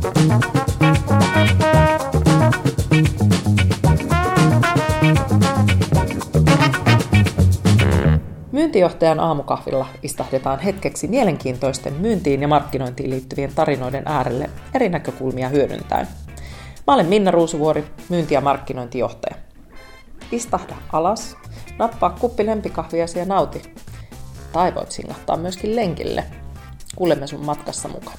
Myyntijohtajan aamukahvilla istahdetaan hetkeksi mielenkiintoisten myyntiin ja markkinointiin liittyvien tarinoiden äärelle eri näkökulmia hyödyntäen. Mä olen Minna Ruusuvuori, myynti- ja markkinointijohtaja. Istahda alas, nappaa kuppi lempikahviasi ja nauti. Tai voit singahtaa myöskin lenkille. Kuulemme sun matkassa mukana.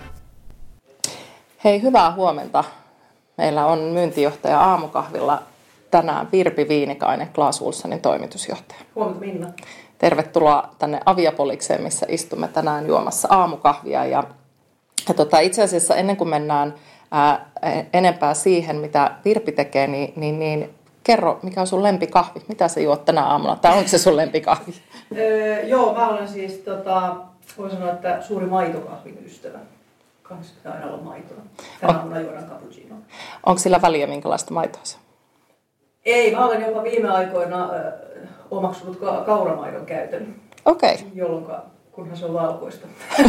Hei, hyvää huomenta. Meillä on myyntijohtaja aamukahvilla tänään Virpi Viinikainen, Clas Ohlsonin toimitusjohtaja. Huomenta Minna. Tervetuloa tänne Aviapolikseen, missä istumme tänään juomassa aamukahvia. Ja itse asiassa ennen kuin mennään enempää siihen, mitä Virpi tekee, niin kerro, mikä on sun lempikahvi? Mitä sä juot tänä aamulla? Tai onko se sun lempikahvi? Joo, mä olen siis, voin sanoa, että suuri maitokahvin ystävä. Kanssa pitää aina olla maitoa. Tänä aamuna juodaan cappuccino. Onko sillä väliä, minkälaista maitoa se? Ei, mä olen jopa viime aikoina omaksunut kauramaidon käytön. Okei. Okay. Jolloin, kunhan se on valkoista.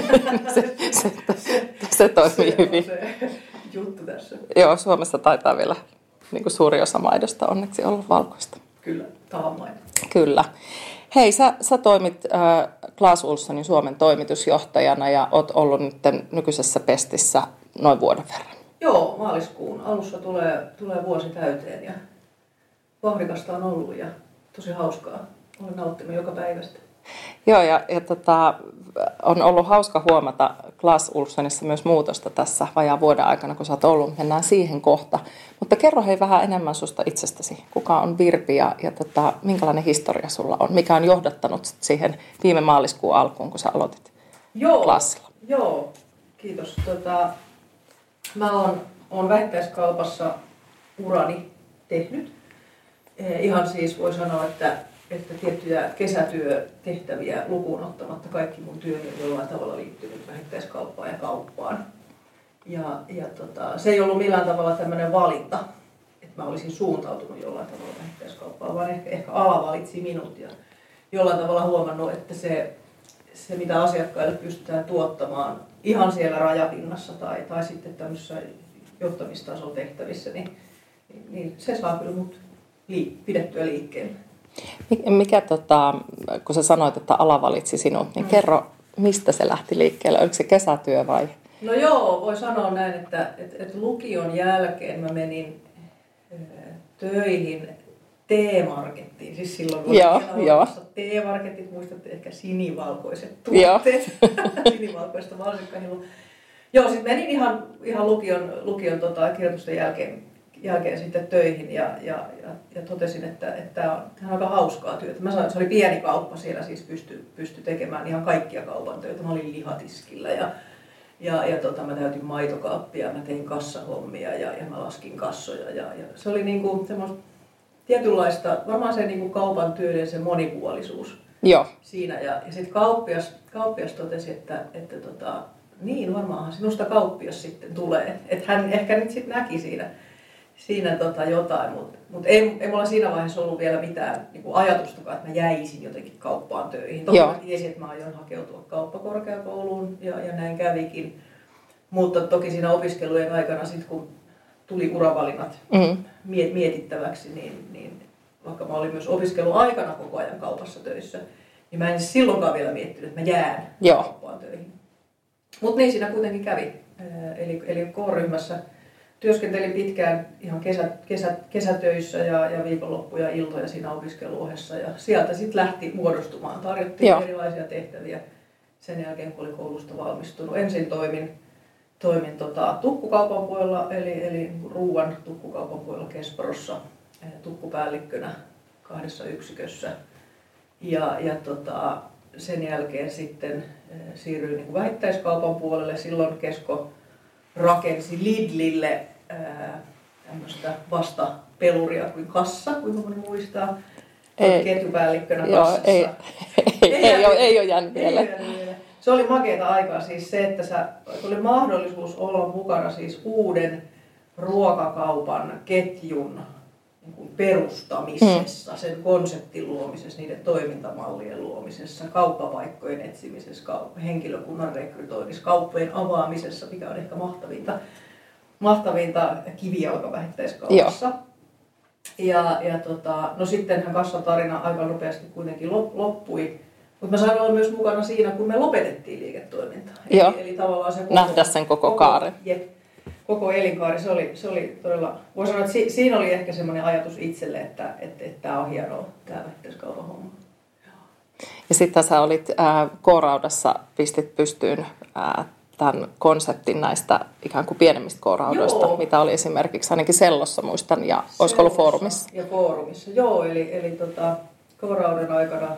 se toimii hyvin. Se juttu tässä. Joo, Suomessa taitaa vielä niin suuri osa maidosta onneksi olla valkoista. Kyllä, tavanmaito. Kyllä. Hei, sä toimit Clas Ohlsonin Suomen toimitusjohtajana ja oot ollut nyt nykyisessä pestissä noin vuoden verran. Joo, maaliskuun alussa tulee vuosi täyteen ja vauhdikasta on ollut ja tosi hauskaa. Olen nauttinut joka päivästä. Joo, ja on ollut hauska huomata Clas Ohlsonissa myös muutosta tässä vajaan vuoden aikana, kun sä oot ollut. Mennään siihen kohta. Mutta kerro hei vähän enemmän susta itsestäsi. Kuka on Virpi ja minkälainen historia sulla on? Mikä on johdattanut siihen viime maaliskuun alkuun, kun sä aloitit Clasilla? Joo, kiitos. Mä oon vähittäiskaupassa urani tehnyt. Ihan siis voi sanoa, että tiettyjä kesätyötehtäviä lukuun ottamatta kaikki mun työ on jollain tavalla liittynyt vähittäiskauppaan ja kauppaan. Ja se ei ollut millään tavalla tämmöinen valinta, että mä olisin suuntautunut jollain tavalla vähittäiskauppaan, vaan ehkä ala valitsi minut ja jollain tavalla huomannut, että se mitä asiakkaille pystytään tuottamaan ihan siellä rajapinnassa tai sitten tämmöisissä johtamistason tehtävissä, niin se saa kyllä mut pidettyä liikkeelle. Mikä, kun sä sanoit, että ala valitsi sinut, niin kerro, mistä se lähti liikkeelle? Oliko se kesätyö vai? No joo, voi sanoa näin, että lukion jälkeen mä menin töihin T-markettiin. Siis silloin kun oli T-marketit, muistatte ehkä sinivalkoiset tuotteet, sinivalkoista valsikkahilua. Joo, sitten menin ihan lukion kirjoitusten jälkeen sitten töihin ja totesin, että tämä on aika hauskaa työtä. Se oli pieni kauppa, siellä siis pystyi tekemään ihan kaikkia kaupan töitä. Mä olin lihatiskillä ja mä täytin maitokaappia, mä tein kassahommia ja mä laskin kassoja. Ja se oli niinku semmoista tietynlaista, varmaan se niinku kaupan työn se monipuolisuus. Joo. Siinä. Ja sitten kauppias totesi, että niin varmaanhan sinusta kauppias sitten tulee. Että hän ehkä nyt sitten näki siinä jotain, mutta ei mulla siinä vaiheessa ollut vielä mitään niin ajatustakaan, että mä jäisin jotenkin kauppaan töihin. Toki mä tiesin, että mä aion hakeutua kauppakorkeakouluun ja näin kävikin. Mutta toki siinä opiskelujen aikana, sit kun tuli uravalinnat mietittäväksi, niin vaikka mä olin myös opiskeluaikana koko ajan kaupassa töissä, niin mä en silloinkaan vielä miettinyt, että mä jään kauppaan töihin. Mutta niin siinä kuitenkin kävi. Eli K-ryhmässä työskentelin pitkään ihan kesätöissä ja viikonloppuja iltoja siinä opiskeluohessa ja sieltä sitten lähti muodostumaan. Tarjottiin erilaisia tehtäviä sen jälkeen, kun oli koulusta valmistunut. Ensin toimin tukkukaupan puolella, eli ruuan tukkukaupan puolella Kesprossa tukkupäällikkönä 2 yksikössä. Ja sen jälkeen sitten siirryin niin vähittäiskaupan puolelle. Silloin Kesko rakensi Lidlille tämmöistä vastapeluria kuin kassa, kuinka moni muistaa. Ketjupäällikkönä kassassa. Ei ole jäänyt vielä. Se oli makeata aikaa siis se, että oli mahdollisuus olla mukana siis uuden ruokakaupan ketjun perustamisessa, sen konseptin luomisessa, niiden toimintamallien luomisessa, kauppapaikkojen etsimisessä, henkilökunnan rekrytoinnissa, kauppojen avaamisessa, mikä on ehkä mahtavinta kivijalkavähittäiskaupassa. No sittenhän kassan tarina aika nopeasti kuitenkin loppui, mutta mä sain olla myös mukana siinä, kun me lopetettiin liiketoimintaa. Eli tavallaan se nähdä sen koko kaaren. Koko elinkaari, se oli todella, voi sanoa, että siinä oli ehkä semmoinen ajatus itselle, että tämä on hienoa, tämä vähittäiskaupan homma. Ja sitten sä olit K-Raudassa, pistit pystyyn tämän konseptin näistä ikään kuin pienemmistä K-Raudoista, mitä oli esimerkiksi ainakin Sellossa, muistan, ja olisiko ollut Foorumissa? Ja Foorumissa, joo, eli K-Raudan aikana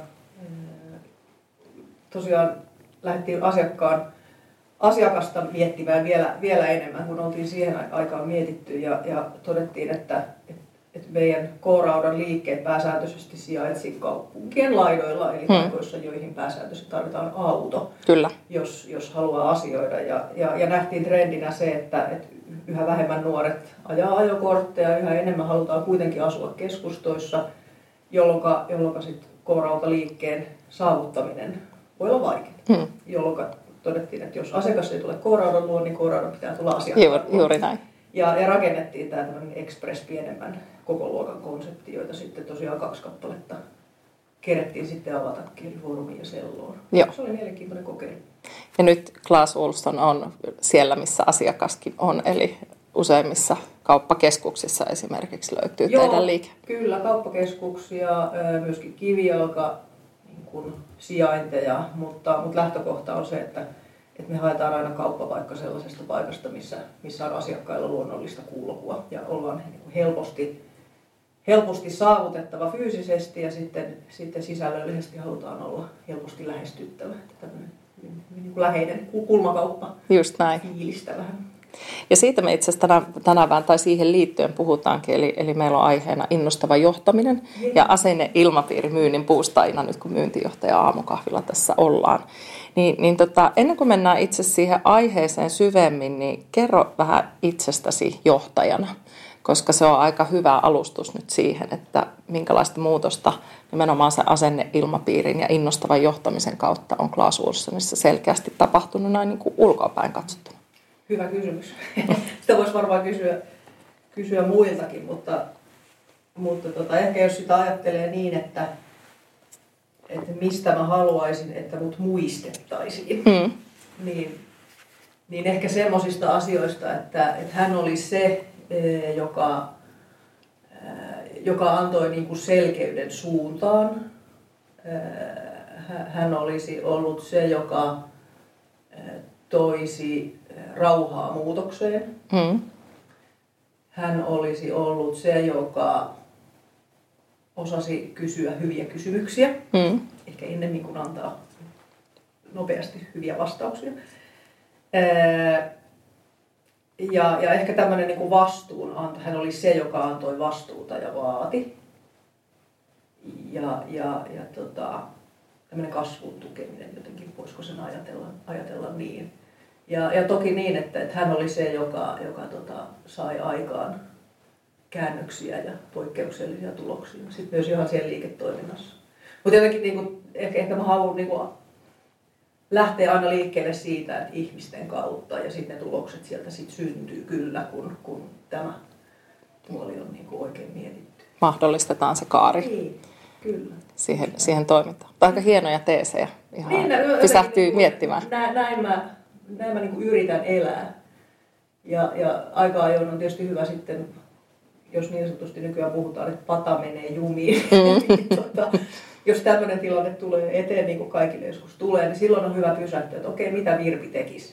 tosiaan lähdettiin asiakasta miettimään vielä enemmän, kun oltiin siihen aikaan mietitty ja todettiin, että meidän K-Raudan liikkeet pääsääntöisesti sijaitsi kaupunkien laidoilla, eli paikoissa, joihin pääsääntöisesti tarvitaan auto, Kyllä. Jos haluaa asioida. Ja nähtiin trendinä se, että yhä vähemmän nuoret ajaa ajokortteja, yhä enemmän halutaan kuitenkin asua keskustoissa, jolloin sitten K-Rauta-liikkeen saavuttaminen voi olla vaikeaa. Jolloin todettiin, että jos asiakas ei tule K-Raudan luo, niin K-Raudan pitää tulla asiakkaan. Juuri näin. Ja rakennettiin tämä Express pienemmän koko luokan konsepti, joita sitten tosiaan 2 kappaletta kerettiin sitten avata Kielifoorumiin ja Selloon. Joo. Se oli mielenkiintoinen kokeilu. Ja nyt Clas Ohlson on siellä, missä asiakaskin on, eli useimmissa kauppakeskuksissa esimerkiksi löytyy teidän liike. Kyllä, kauppakeskuksia, myöskin kivijalka, niin kuin sijainteja, mutta lähtökohta on se, että me haetaan aina kauppapaikka sellaisesta paikasta, missä on asiakkailla luonnollista kulkua ja ollaan helposti saavutettava fyysisesti ja sitten sisällöllisesti halutaan olla helposti lähestyttävä. Tämmöinen niin kuin läheinen kulmakauppa. Just näin. Fiilistä vähän. Ja siitä me itse asiassa tänään tai siihen liittyen puhutaankin, eli meillä on aiheena innostava johtaminen ja asenneilmapiiri myynnin puustajina nyt kun myyntijohtaja aamukahvilla tässä ollaan. Ennen kuin mennään itse siihen aiheeseen syvemmin, niin kerro vähän itsestäsi johtajana, koska se on aika hyvä alustus nyt siihen, että minkälaista muutosta nimenomaan se asenneilmapiirin ja innostavan johtamisen kautta on Clas Ohlsonissa selkeästi tapahtunut näin niin kuin ulkoapäin katsottuna. Hyvä kysymys. Sitä voisi varmaan kysyä muiltakin, mutta ehkä jos sitä ajattelee niin, että mistä mä haluaisin, että mut muistettaisiin, niin ehkä semmoisista asioista, että hän oli se, joka antoi niin kuin selkeyden suuntaan. Hän olisi ollut se, joka toisi rauhaa muutokseen. Hän olisi ollut se, joka osasi kysyä hyviä kysymyksiä, ehkä ennemmin kuin antaa nopeasti hyviä vastauksia. Ja ehkä tämmöinen niin kuin vastuunanto. Hän oli se, joka antoi vastuuta ja vaati. Ja tämmöinen kasvun tukeminen jotenkin, voisiko sen ajatella niin. Ja toki niin, että hän oli se, joka sai aikaan käännöksiä ja poikkeuksellisia tuloksia. Sitten myös ihan siellä liiketoiminnassa. Mutta jotenkin niin kuin, ehkä mä haluan niin kuin lähteä aina liikkeelle siitä, että ihmisten kautta ja sitten ne tulokset sieltä sit syntyy kyllä, kun tämä puoli on niin kuin oikein mietitty. Mahdollistetaan se kaari. Niin, kyllä. Siihen toimintaan. Aika hienoja teesejä. Ihan pysähtyy niin miettimään. Näin mä niin kuin yritän elää. Ja aika ajoin on tietysti hyvä sitten, jos niin sanotusti nykyään puhutaan, että pata menee jumiin. Jos tämmöinen tilanne tulee eteen, niin kuin kaikille joskus tulee, niin silloin on hyvä pysähtyä, että okei, mitä Virpi tekisi.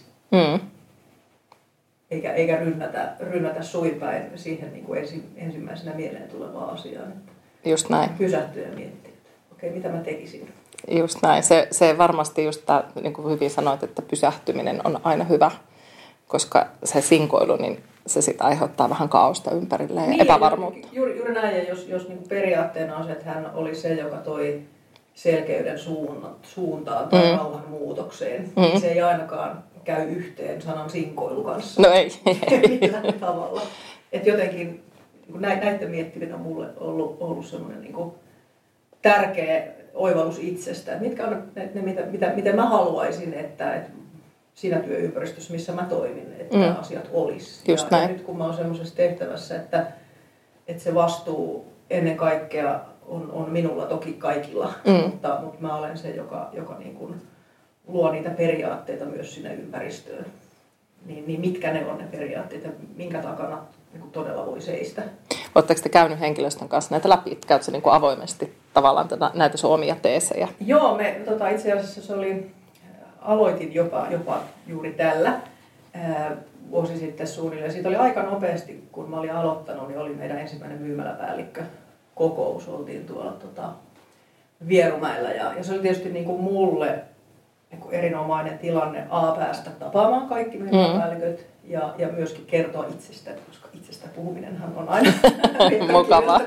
Eikä rynnätä suinpäin siihen niin kuin ensimmäisenä mieleen tulevaan asiaan. Just näin. Pysähtyä ja miettiä, että okei, mitä mä tekisin. Just näin. Se varmasti just tämä, niin kuin hyvin sanoit, että pysähtyminen on aina hyvä, koska se sinkoilu, niin se sitten aiheuttaa vähän kaaosta ympärille ja epävarmuutta. Juuri näin, ja jos niin kuin periaatteena on se, että hän oli se, joka toi selkeyden suuntaan tai rauhan muutokseen, niin se ei ainakaan käy yhteen sanan sinkoilu kanssa. No ei. Millään tavalla. Että jotenkin niin näiden miettiminen on mulle ollut semmoinen niin kuin tärkeä oivallus itsestä. Että mitkä on ne, mitä mä haluaisin, että siinä työympäristössä, missä mä toimin, että nämä asiat olisi. Ja nyt kun mä oon semmoisessa tehtävässä, että se vastuu ennen kaikkea on minulla, toki kaikilla, mutta mä olen se, joka niin kuin luo niitä periaatteita myös sinne ympäristöön. Niin mitkä ne on ne periaatteet ja minkä takana niin todella voi seistä. Oletteko te käynyt henkilöstön kanssa näitä läpi? Käytkö niin kuin avoimesti tavallaan näitä sun omia teesejä? Joo, me itse asiassa aloitin jopa juuri tällä vuosi sitten suunnilleen. Siitä oli aika nopeasti, kun mä olin aloittanut, niin oli meidän ensimmäinen myymäläpäällikkö-kokous. Oltiin tuolla Vierumäellä ja se oli tietysti niin kuin mulle niin kuin erinomainen tilanne päästä tapaamaan kaikki myymäläpäälliköt ja myöskin kertoa itsestä, koska itsestä puhuminenhan on aina mukavaa.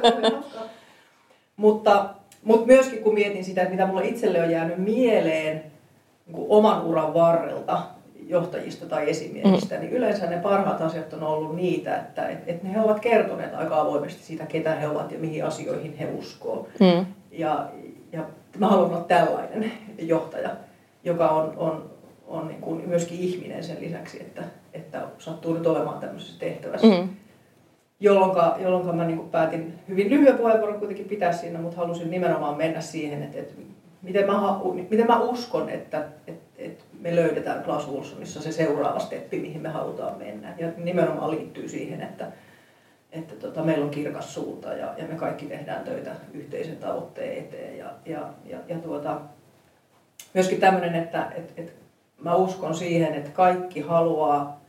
Mutta myöskin kun mietin sitä, että mitä mulle itselle on jäänyt mieleen niin kuin oman uran varrelta johtajista tai esimiehistä, niin yleensä ne parhaat asiat on ollut niitä, että he ovat kertoneet aika avoimesti siitä, ketä he ovat ja mihin asioihin he uskoo. Ja mä haluan olla tällainen johtaja, joka on niin kuin myöskin ihminen sen lisäksi, että sattuu nyt olemaan tämmöisessä tehtävässä. Jolloin mä niin kuin päätin hyvin lyhyen puheenvuoron kuitenkin pitää siinä, mutta halusin nimenomaan mennä siihen, että miten mä uskon, että me löydetään Clas Ohlsonissa se seuraava steppi, mihin me halutaan mennä. Ja nimenomaan liittyy siihen, että meillä on kirkas suunta ja me kaikki tehdään töitä yhteisen tavoitteen eteen. Myöskin tämmöinen, että mä uskon siihen, että kaikki haluaa,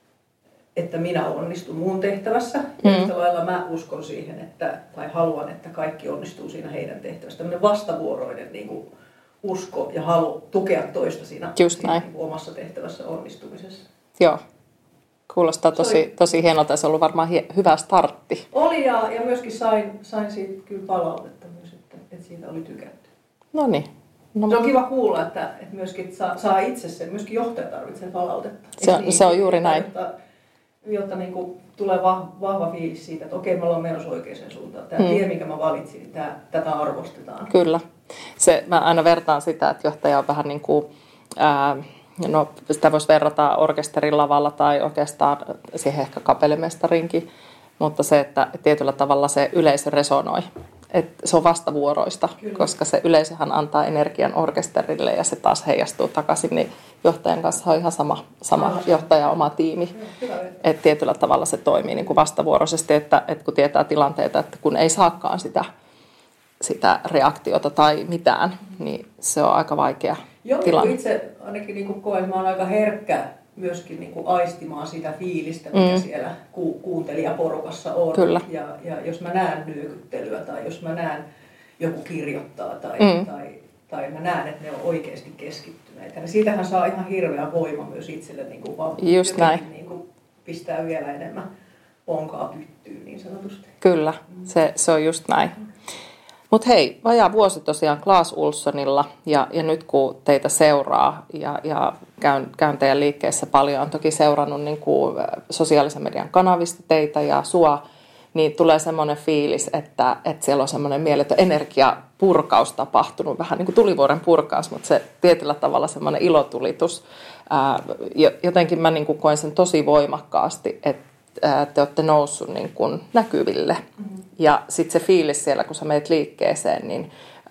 että minä onnistun mun tehtävässä. Ja yhtä lailla mä uskon siihen, tai haluan, että kaikki onnistuu siinä heidän tehtävässä. Tämmöinen vastavuoroinen niin kuin usko ja halu tukea toista siinä niin kuin omassa tehtävässä onnistumisessa. Joo. Kuulostaa tosi hienolta. Se on ollut varmaan hyvä startti. Oli ja myöskin sain siitä kyllä palautetta myös, että siitä oli tykätty. Noniin. Se on kiva kuulla, että myöskin saa itse sen, myöskin johtaja tarvitsee palautetta. Se on juuri näin. Jotta niin kuin tulee vahva fiilis siitä, että okei, me ollaan menossa oikeaan suuntaan. Tämä tie, mikä mä valitsin, niin tätä arvostetaan. Kyllä. Mä aina vertaan sitä, että johtaja on vähän niin kuin, sitä voisi verrata orkesterin lavalla tai oikeastaan siihen ehkä kapellimestarinkin, mutta se, että tietyllä tavalla se yleisö resonoi. Että se on vastavuoroista, koska se yleisöhän antaa energian orkesterille ja se taas heijastuu takaisin, niin johtajan kanssa on ihan sama johtaja, oma tiimi. Että tietyllä tavalla se toimii niin kuin vastavuoroisesti, että kun tietää tilanteita, että kun ei saakaan sitä reaktiota tai mitään, niin se on aika vaikea tilanne. Joo, itse ainakin niin koen, että mä oon aika herkkä myöskin niin kuin aistimaan sitä fiilistä, mikä siellä kuuntelijaporukassa on. Kyllä. Ja jos mä näen nyökyttelyä tai jos mä näen joku kirjoittaa tai mä näen, että ne on oikeasti keskittyneitä, niin siitähän saa ihan hirveä voima myös itselle niin kuin just näin. Niin kuin pistää vielä enemmän ponkaa pyttyyn niin sanotusti. Kyllä, se on just näin. Mutta hei, vajaa vuosi tosiaan Clas Ohlsonilla ja nyt kun teitä seuraa ja käyn teidän liikkeessä paljon, on toki seurannut niin kuin sosiaalisen median kanavista teitä ja sua, niin tulee semmoinen fiilis, että siellä on semmoinen mieletön energiapurkaus tapahtunut, vähän niin kuin tulivuoren purkaus, mutta se tietyllä tavalla semmoinen ilotulitus. Jotenkin mä niin kuin koen sen tosi voimakkaasti, että te olette noussut niin kuin näkyville. Ja sitten se fiilis siellä, kun sä meet liikkeeseen, niin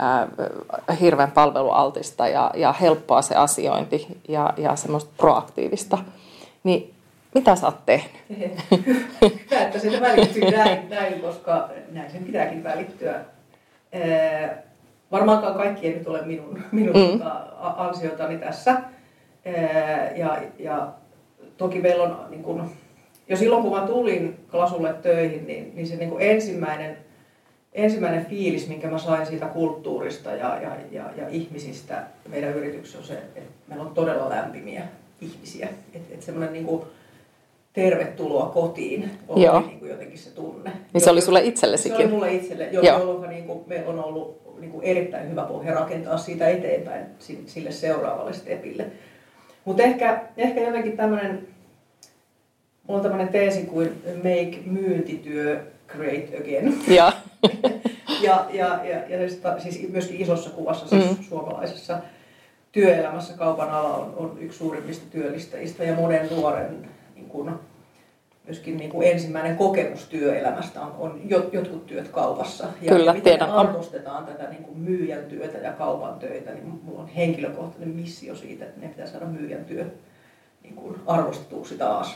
hirveän palvelualtista ja helppoa se asiointi ja semmoista proaktiivista. Niin mitä sä oot tehnyt? Hyvä, että se välittyy näin, koska näin sen pitääkin välittyä. Varmaankaan kaikki ei nyt ole minun ansiotani tässä. Ja toki meillä on niin kun, jo silloin, kun mä tulin Clasulle töihin, niin se niin kuin ensimmäinen fiilis, minkä mä sain siitä kulttuurista ja ihmisistä meidän yrityksessä on se, että meillä on todella lämpimiä ihmisiä. Että semmoinen niin kuin tervetuloa kotiin oli niin kuin jotenkin se tunne. Niin se oli sulle itsellesikin? Se oli mulle itselle, jolloin niin kuin meillä on ollut niin kuin erittäin hyvä pohja rakentaa siitä eteenpäin sille seuraavalle stepille. Mutta ehkä jotenkin tämmöinen on tämmöinen teesi kuin make myyntityö great again. Ja, siis myöskin isossa kuvassa, siis suomalaisessa työelämässä kaupan ala on yksi suurimmista työllistäjistä ja monen nuoren niin kuin, myöskin niin kuin ensimmäinen kokemus työelämästä on jotkut työt kaupassa. Ja kyllä, miten tiedän. me arvostetaan tätä niin kuin myyjän työtä ja kaupan töitä, niin minulla on henkilökohtainen missio siitä, että ne pitää saada myyjän työ niin kuin arvostetuksi taas.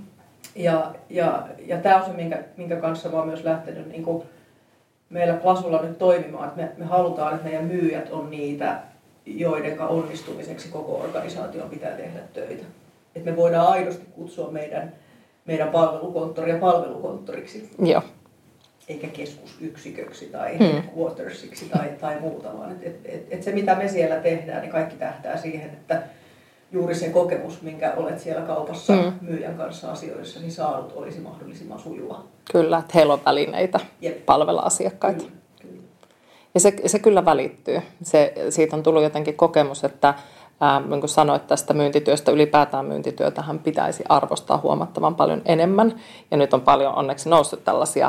Ja tämä on se, minkä kanssa mä oon myös lähtenyt niin kuin meillä Plasulla nyt toimimaan, että me halutaan, että meidän myyjät on niitä, joiden onnistumiseksi koko organisaation pitää tehdä töitä. Että me voidaan aidosti kutsua meidän palvelukonttoria palvelukonttoriksi, Joo. eikä keskusyksiköksi tai headquartersiksi tai muuta, vaan että se mitä me siellä tehdään, niin kaikki tähtää siihen, että juuri se kokemus, minkä olet siellä kaupassa myyjän kanssa asioissa, niin saanut olisi mahdollisimman sujuva. Kyllä, että heillä on välineitä palvella asiakkaita. Kyllä. Ja se kyllä välittyy. Siitä on tullut jotenkin kokemus, että niin kuin sanoit tästä myyntityöstä, ylipäätään myyntityötähän pitäisi arvostaa huomattavan paljon enemmän. Ja nyt on paljon onneksi noussut tällaisia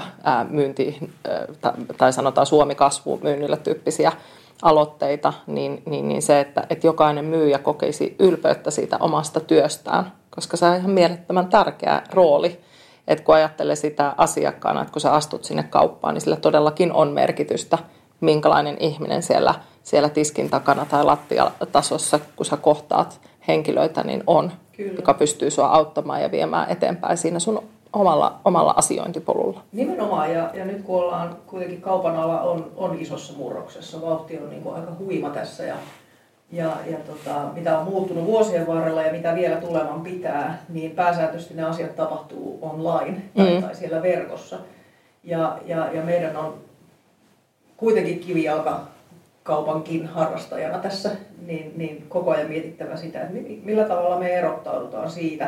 tai sanotaan Suomi-kasvumyynnillä tyyppisiä aloitteita, niin se, että jokainen myyjä kokeisi ylpeyttä siitä omasta työstään, koska se on ihan mielettömän tärkeä rooli. Että kun ajattelee sitä asiakkaana, että kun sä astut sinne kauppaan, niin sillä todellakin on merkitystä, minkälainen ihminen siellä tiskin takana tai lattiatasossa, kun sä kohtaat henkilöitä, niin on, kyllä, joka pystyy sua auttamaan ja viemään eteenpäin siinä sun omalla asiointipolulla. Nimenomaan, ja nyt kun ollaan kuitenkin kaupan ala on isossa murroksessa, vauhti on niin kuin aika huima tässä ja mitä on muuttunut vuosien varrella ja mitä vielä tuleman pitää, niin pääsääntöisesti ne asiat tapahtuu online tai siellä verkossa. Ja meidän on kuitenkin kivijalka kaupankin harrastajana tässä, niin koko ajan mietittävä sitä, että millä tavalla me erottaudutaan siitä,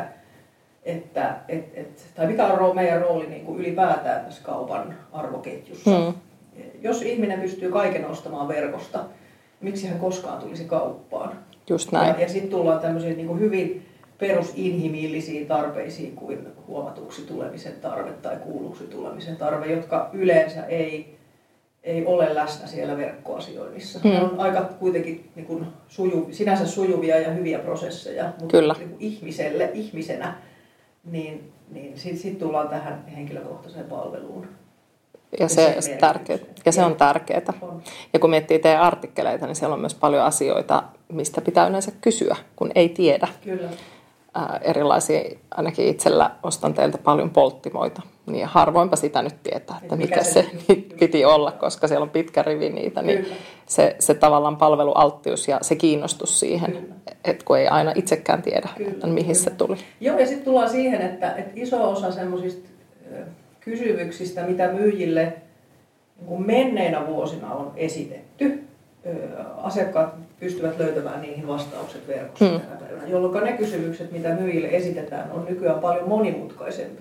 tai mikä on meidän rooli niin kuin ylipäätään tässä kaupan arvoketjussa. Jos ihminen pystyy kaiken ostamaan verkosta, miksi hän koskaan tulisi kauppaan? Just näin. Ja sitten tullaan tämmöisiin niin kuin hyvin perusinhimillisiin tarpeisiin kuin huomatuksi tulemisen tarve tai kuulluksi tulemisen tarve, jotka yleensä ei ole läsnä siellä verkkoasioinnissa. Ne on aika kuitenkin niin kuin sinänsä sujuvia ja hyviä prosesseja, mutta niin ihmisenä niin sitten tullaan tähän henkilökohtaiseen palveluun. Ja se on tärkeää. Ja kun miettii teidän artikkeleita, niin siellä on myös paljon asioita, mistä pitää yleensä kysyä, kun ei tiedä. Kyllä. Erilaisia, ainakin itsellä ostan teiltä paljon polttimoita, niin harvoinpa sitä nyt tietää, että mikä se piti olla, koska siellä on pitkä rivi niitä, niin se tavallaan palvelualttius ja se kiinnostus siihen, että kun ei aina itsekään tiedä, että mihin se tuli. Joo, ja sitten tullaan siihen, että iso osa semmoisista kysymyksistä, mitä myyjille niin menneinä vuosina on esitetty, asiakkaat pystyvät löytämään niihin vastaukset verkossa tänä päivänä, jolloin ne kysymykset, mitä myyjille esitetään, on nykyään paljon monimutkaisempia.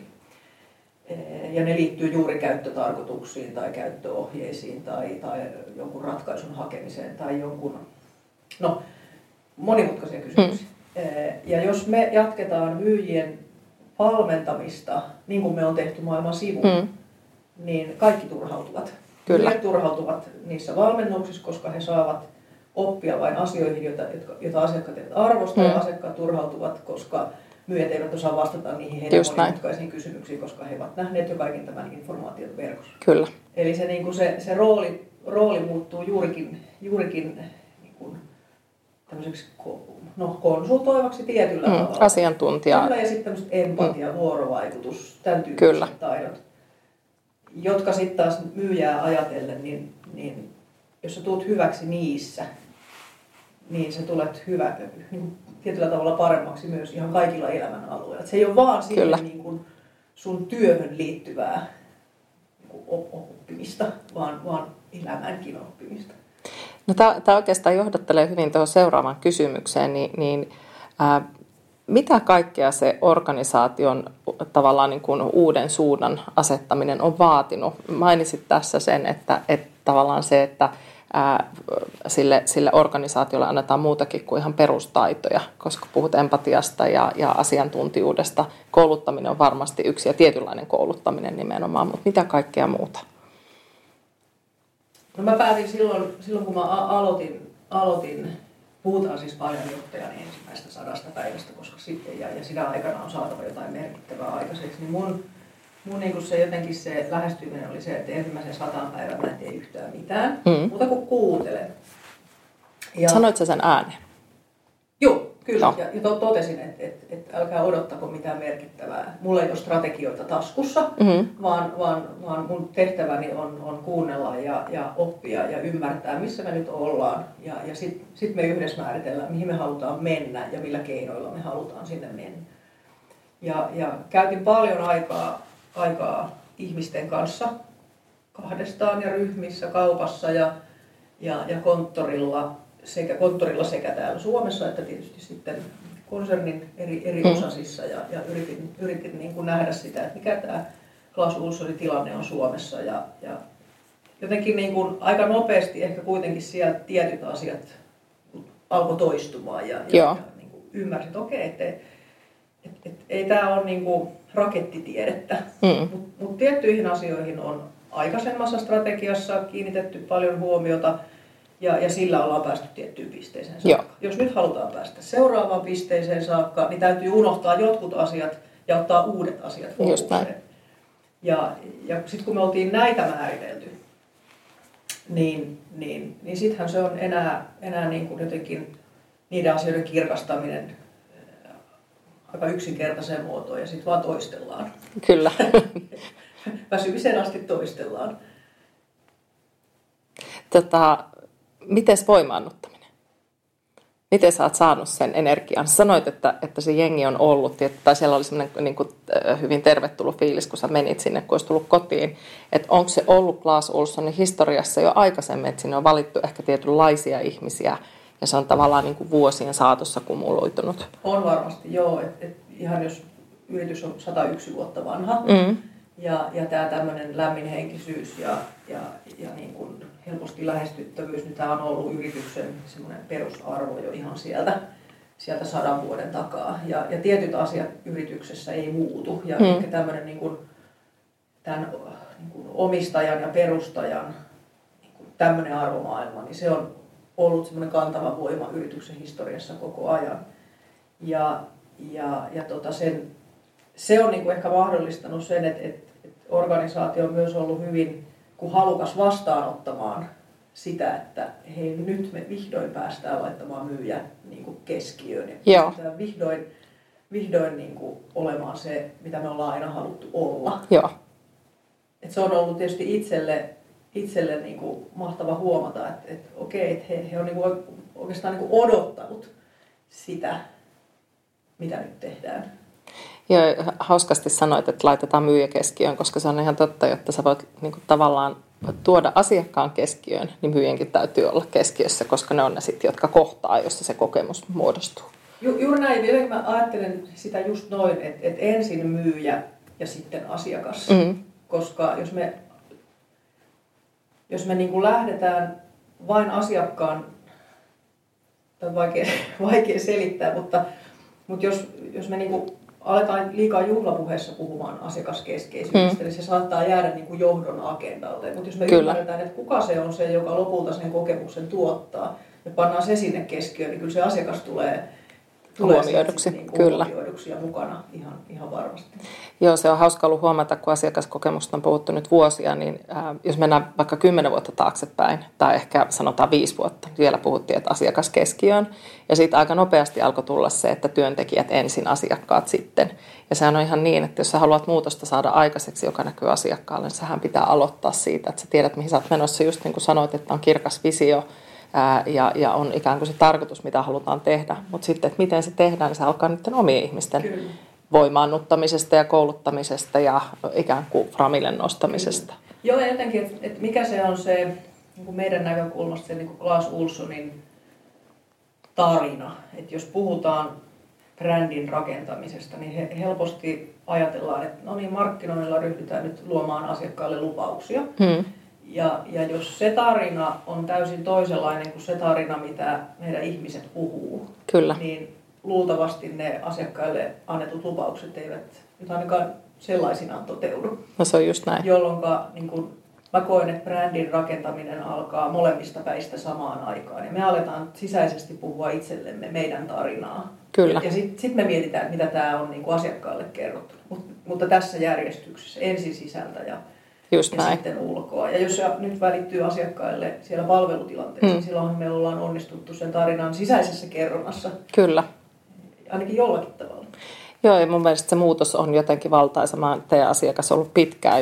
Ja ne liittyy juuri käyttötarkoituksiin tai käyttöohjeisiin tai jonkun ratkaisun hakemiseen tai monimutkaisia kysymyksiä. Ja jos me jatketaan myyjien valmentamista, niin kuin me on tehty maailman sivuun, niin kaikki turhautuvat. Myyjät turhautuvat niissä valmennuksissa, koska he saavat oppia vain asioihin, joita asiakkaat eivät arvosta, ja asiakkaat turhautuvat, koska myyjät eivät osaa vastata niihin heidän monimutkaisiin kysymyksiin, koska he ovat nähneet jo kaiken tämän informaation verkossa. Kyllä. Eli se rooli muuttuu juurikin niin kuin tämmöiseksi konsultoivaksi tietyllä tavalla. Asiantuntija. Kyllä, ja sitten tämmöiset empatia, vuorovaikutus, tämän tyyppiset taidot, jotka sitten taas myyjää ajatellen, niin jos sä tulet hyväksi niissä, niin sä tulet tietyllä tavalla paremmaksi myös ihan kaikilla elämän alueilla. Se ei ole vaan siihen niin kuin sun työhön liittyvää niin kuin oppimista, vaan elämänkin oppimista. No, tämä oikeastaan johdattelee hyvin tuohon seuraavaan kysymykseen, mitä kaikkea se organisaation tavallaan niin kuin uuden suunnan asettaminen on vaatinut? Mainitsit tässä sen, että tavallaan se, että sille organisaatiolle annetaan muutakin kuin ihan perustaitoja, koska puhut empatiasta ja asiantuntijuudesta. Kouluttaminen on varmasti yksi ja tietynlainen kouluttaminen nimenomaan, mutta mitä kaikkea muuta? No mä päätin silloin kun mä aloitin, puhutaan siis paljon johtajan ensimmäistä 100 päivästä, koska sitten ja sitä aikana on saatava jotain merkittävää aikaiseksi, niin mun niin se jotenkin se lähestyminen oli se, että ensimmäisen 100 päivän mä en tee yhtään mitään, mutta kun kuuntelen. Ja sanoit sä sen ääneen? Joo, kyllä. No. Ja totesin, että älkää odottako mitään merkittävää. Mulla ei ole strategioita taskussa, vaan mun tehtäväni on kuunnella ja oppia ja ymmärtää, missä me nyt ollaan. Ja sit me yhdessä määritellään, mihin me halutaan mennä ja millä keinoilla me halutaan sinne mennä. Ja käytin paljon aikaa ihmisten kanssa kahdestaan ja ryhmissä, kaupassa ja konttorilla sekä täällä Suomessa että tietysti sitten konsernin eri osasissa ja yritin niin kuin nähdä sitä, että mikä tämä Clas Ohlsonin tilanne on Suomessa ja jotenkin niin kuin aika nopeasti ehkä kuitenkin sieltä tietyt asiat alkoi toistumaan ja niin kuin ymmärsin, että okei, että ei tämä ole niin kuin rakettitiedettä, mutta tiettyihin asioihin on aikaisemmassa strategiassa kiinnitetty paljon huomiota ja sillä ollaan päästy tiettyyn pisteeseen saakka. Joo. Jos nyt halutaan päästä seuraavaan pisteeseen saakka, niin täytyy unohtaa jotkut asiat ja ottaa uudet asiat fokukseen. Ja sitten kun me oltiin näitä määritelty, niin sittenhän se on enää niin kuin jotenkin niiden asioiden kirkastaminen aika yksinkertaiseen muotoon ja sitten vaan toistellaan. Kyllä. Väsymiseen asti toistellaan. Mites voimaannuttaminen? Miten sä oot saanut sen energian? Sä sanoit, että se jengi on ollut, tai siellä oli semmoinen niin kuin, hyvin tervetullut fiilis, kun sä menit sinne, kun olisi tullut kotiin. Että onko se ollut Clas Ohlsonin historiassa jo aikaisemmin, että sinne on valittu ehkä tietynlaisia ihmisiä, ja se on tavallaan niin kuin vuosien saatossa kumuloitunut? On varmasti, joo. Ihan jos yritys on 101 vuotta vanha, ja tämä tämmöinen lämminhenkisyys ja niin kuin helposti lähestyttävyys, niin tämä on ollut yrityksen semmoinen perusarvo jo ihan sieltä 100 vuoden takaa. Ja tietyt asiat yrityksessä ei muutu. Ja ehkä tämmöinen niin kuin, tämän niin kuin omistajan ja perustajan niin kuin tämmöinen arvomaailma, niin se on ollut semmoinen kantava voima yrityksen historiassa koko ajan. Se on niin kuin ehkä mahdollistanut sen, että organisaatio on myös ollut hyvin halukas vastaanottamaan sitä, että hei, nyt me vihdoin päästään laittamaan myyjä niin kuin keskiöön. Ja vihdoin niin kuin olemaan se, mitä me ollaan aina haluttu olla. Joo. Et se on ollut tietysti itselle niin kuin mahtava huomata, että okei, että he on niin kuin oikeastaan niin kuin odottanut sitä, mitä nyt tehdään. Joo, hauskasti sanoit, että laitetaan myyjä keskiöön, koska se on ihan totta, jotta sä voit niin kuin, tavallaan tuoda asiakkaan keskiöön, niin myyjänkin täytyy olla keskiössä, koska ne on ne sitten, jotka kohtaa, jossa se kokemus muodostuu. Juuri näin. Jotenkin mä ajattelen sitä just noin, että ensin myyjä ja sitten asiakas. Koska jos me niin kuin lähdetään vain asiakkaan, tämä on vaikea selittää, mutta jos me niin kuin aletaan liikaa juhlapuheessa puhumaan asiakaskeskeisyydestä, niin se saattaa jäädä niin kuin johdon agendalle. Mutta jos me ymmärretään, että kuka se on se, joka lopulta sen kokemuksen tuottaa, ja pannaan se sinne keskiöön, niin kyllä se asiakas tulee huomioiduksi. Niin huomioiduksi ja mukana ihan varmasti. Joo, se on hauska ollut huomata, kun asiakaskokemusta on puhuttu nyt vuosia, niin jos mennään vaikka 10 vuotta taaksepäin, tai ehkä sanotaan 5 vuotta, niin vielä puhuttiin, että asiakas keskiöön. Ja siitä aika nopeasti alkoi tulla se, että työntekijät ensin, asiakkaat sitten. Ja sehän on ihan niin, että jos sä haluat muutosta saada aikaiseksi, joka näkyy asiakkaalle, niin sähän pitää aloittaa siitä, että sä tiedät, mihin sä oot menossa. Just niin kuin sanoit, että on kirkas visio, ja on ikään kuin se tarkoitus, mitä halutaan tehdä. Mutta sitten, että miten se tehdään, niin se alkaa niiden omien ihmisten voimaannuttamisesta ja kouluttamisesta ja ikään kuin framille nostamisesta. Joo, ja jotenkin, että mikä se on se niin kuin meidän näkökulmasta se niin kuin Clas Ohlsonin tarina. Että jos puhutaan brändin rakentamisesta, niin helposti ajatellaan, että no niin, markkinoinnilla ryhdytään nyt luomaan asiakkaalle lupauksia. Ja jos se tarina on täysin toisenlainen kuin se tarina, mitä meidän ihmiset puhuu, Kyllä. niin luultavasti ne asiakkaille annetut lupaukset eivät nyt ainakaan sellaisinaan toteudu. No se on just näin. Jolloin niin mä koen, että brändin rakentaminen alkaa molemmista päistä samaan aikaan. Ja me aletaan sisäisesti puhua itsellemme meidän tarinaa. Kyllä. Ja sit me mietitään, mitä tämä on niin kuin asiakkaalle kerrottu. Mutta tässä järjestyksessä ensin sisältä ja sitten ulkoa. Ja jos se nyt välittyy asiakkaille siellä palvelutilanteessa, niin silloinhan me ollaan onnistuttu sen tarinan sisäisessä kerronnassa. Kyllä. Ainakin jollakin tavalla. Joo, ja mun mielestä se muutos on jotenkin valtaisa. Mä oon teidän asiakas ollut pitkään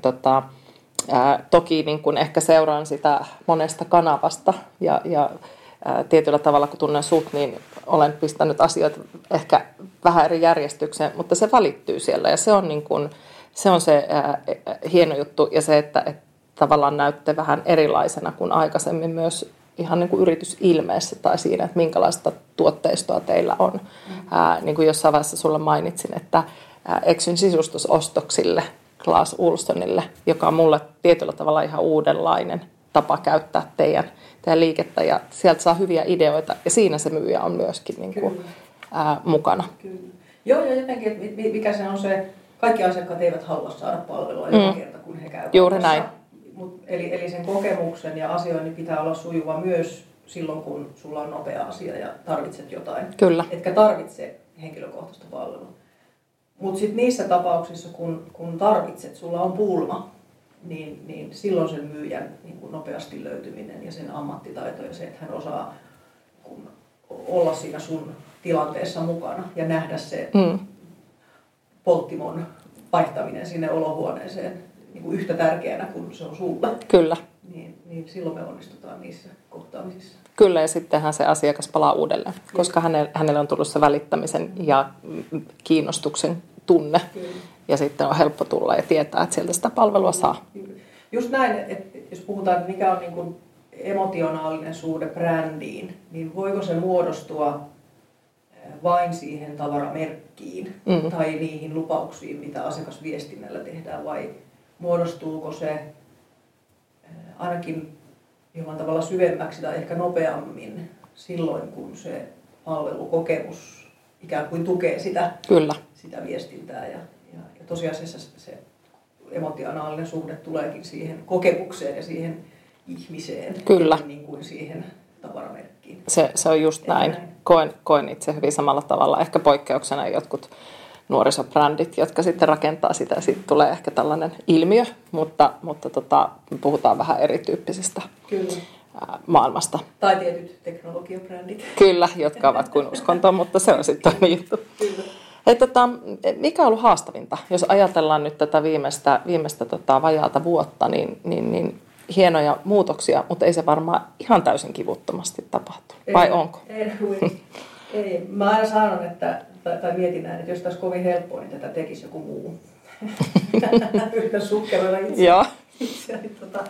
toki niin kun ehkä seuraan sitä monesta kanavasta ja tietyllä tavalla kun tunnen sut, niin olen pistänyt asioita ehkä vähän eri järjestykseen, mutta se välittyy siellä ja se on niin kun, se on se hieno juttu ja se, että tavallaan näytte vähän erilaisena kuin aikaisemmin myös ihan niin kuin yritysilmeessä tai siinä, että minkälaista tuotteistoa teillä on. Niin kuin jossain vaiheessa sulle mainitsin, että eksyn sisustusostoksille Clas Ohlsonille, joka on mulle tietyllä tavalla ihan uudenlainen tapa käyttää teidän liikettä ja sieltä saa hyviä ideoita ja siinä se myyjä on myöskin niin kuin, mukana. Kyllä. Joo, ja jotenkin, että mikä se on se, kaikki asiakkaat eivät halua saada palvelua joka kerta, kun he käyvät. Juuri näin. Eli sen kokemuksen ja asioinnin pitää olla sujuva myös silloin, kun sulla on nopea asia ja tarvitset jotain. Kyllä. Etkä tarvitse henkilökohtaista palvelua. Mutta sitten niissä tapauksissa, kun tarvitset, sulla on pulma, niin silloin sen myyjän niin kun nopeasti löytyminen ja sen ammattitaito ja se, että hän osaa olla siinä sun tilanteessa mukana ja nähdä se polttimon vaihtaminen sinne olohuoneeseen niin kuin yhtä tärkeänä kuin se on sulle. Kyllä. Niin silloin me onnistutaan niissä kohtaamisissa. Kyllä, ja sittenhän se asiakas palaa uudelleen, koska hänelle on tullut se välittämisen ja kiinnostuksen tunne. Kyllä. Ja sitten on helppo tulla ja tietää, että sieltä sitä palvelua saa. Just näin, että jos puhutaan, että mikä on niin kuin emotionaalinen suhde brändiin, niin voiko se muodostua vain siihen tavaramerkkiin tai niihin lupauksiin, mitä asiakasviestinnällä tehdään, vai muodostuuko se ainakin jollain tavalla syvemmäksi tai ehkä nopeammin silloin, kun se palvelukokemus ikään kuin tukee sitä viestintää. Ja tosiasiassa se emotionaalinen suhde tuleekin siihen kokemukseen ja siihen ihmiseen, niin kuin siihen tavaramerkkiin. Se on just näin. Koen itse hyvin samalla tavalla. Ehkä poikkeuksena jotkut nuorisobrändit, jotka sitten rakentaa sitä ja sitten tulee ehkä tällainen ilmiö, mutta puhutaan vähän erityyppisestä maailmasta. Tai tietyt teknologiabrändit. Kyllä, jotka ovat kuin uskonto, mutta se on sitten toinen juttu. Kyllä. Mikä on ollut haastavinta? Jos ajatellaan nyt tätä viimeistä vajaata vuotta, niin hienoja muutoksia, mutta ei se varmaan ihan täysin kivuttomasti tapahtu. Vai onko? Ei. Mä aina sanon, tai mietin näin, että jos tässä kovin helppoa, niin tätä tekisi joku muu. Yritän sukkeloida itseäni.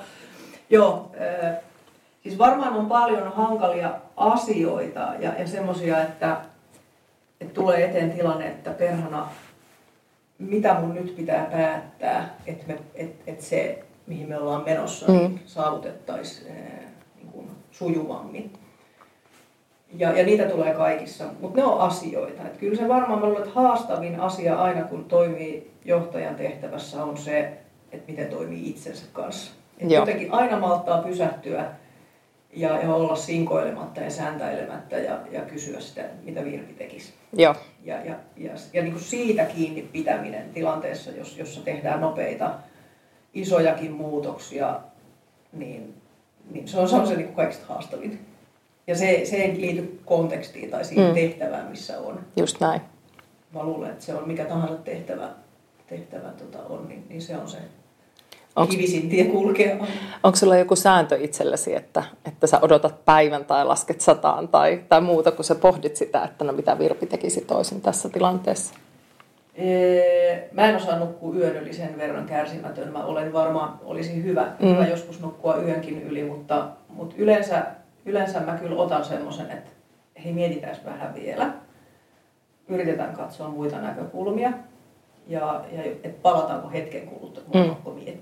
Siis varmaan on paljon hankalia asioita ja semmoisia, että tulee eteen tilanne, että perhana, mitä mun nyt pitää päättää, että se, mihin me ollaan menossa, niin saavutettaisiin niin kuin sujuvammin. Ja niitä tulee kaikissa, mutta ne on asioita. Et kyllä se varmaan mä luulen, että haastavin asia aina, kun toimii johtajan tehtävässä, on se, että miten toimii itsensä kanssa. Et jotenkin aina malttaa pysähtyä ja olla sinkoilematta ja sääntäilemättä ja kysyä sitä, mitä Virpi tekisi. Joo. Ja niin kuin siitä kiinni pitäminen tilanteessa, jossa tehdään nopeita, isojakin muutoksia, niin se on se niin kuin kaikista haastavin. Ja se ei liity kontekstiin tai siihen tehtävään, missä on. Just näin. Mä luulen, että se on mikä tahansa tehtävä on, niin se on se kivisin tie kulkea. Onko sulla joku sääntö itsellesi, että sä odotat päivän tai lasket 100 tai muuta, kun sä pohdit sitä, että no mitä Virpi tekisi toisin tässä tilanteessa? Mä en osaa nukkua yön yli sen verran kärsimätön. Mä olen varmaan, olisi hyvä joskus nukkua yönkin yli, mutta yleensä mä kyllä otan semmoisen, että hei, mietitään vähän vielä. Yritetään katsoa muita näkökulmia ja että palataanko hetken kuluttua, kun on pakko miettiä.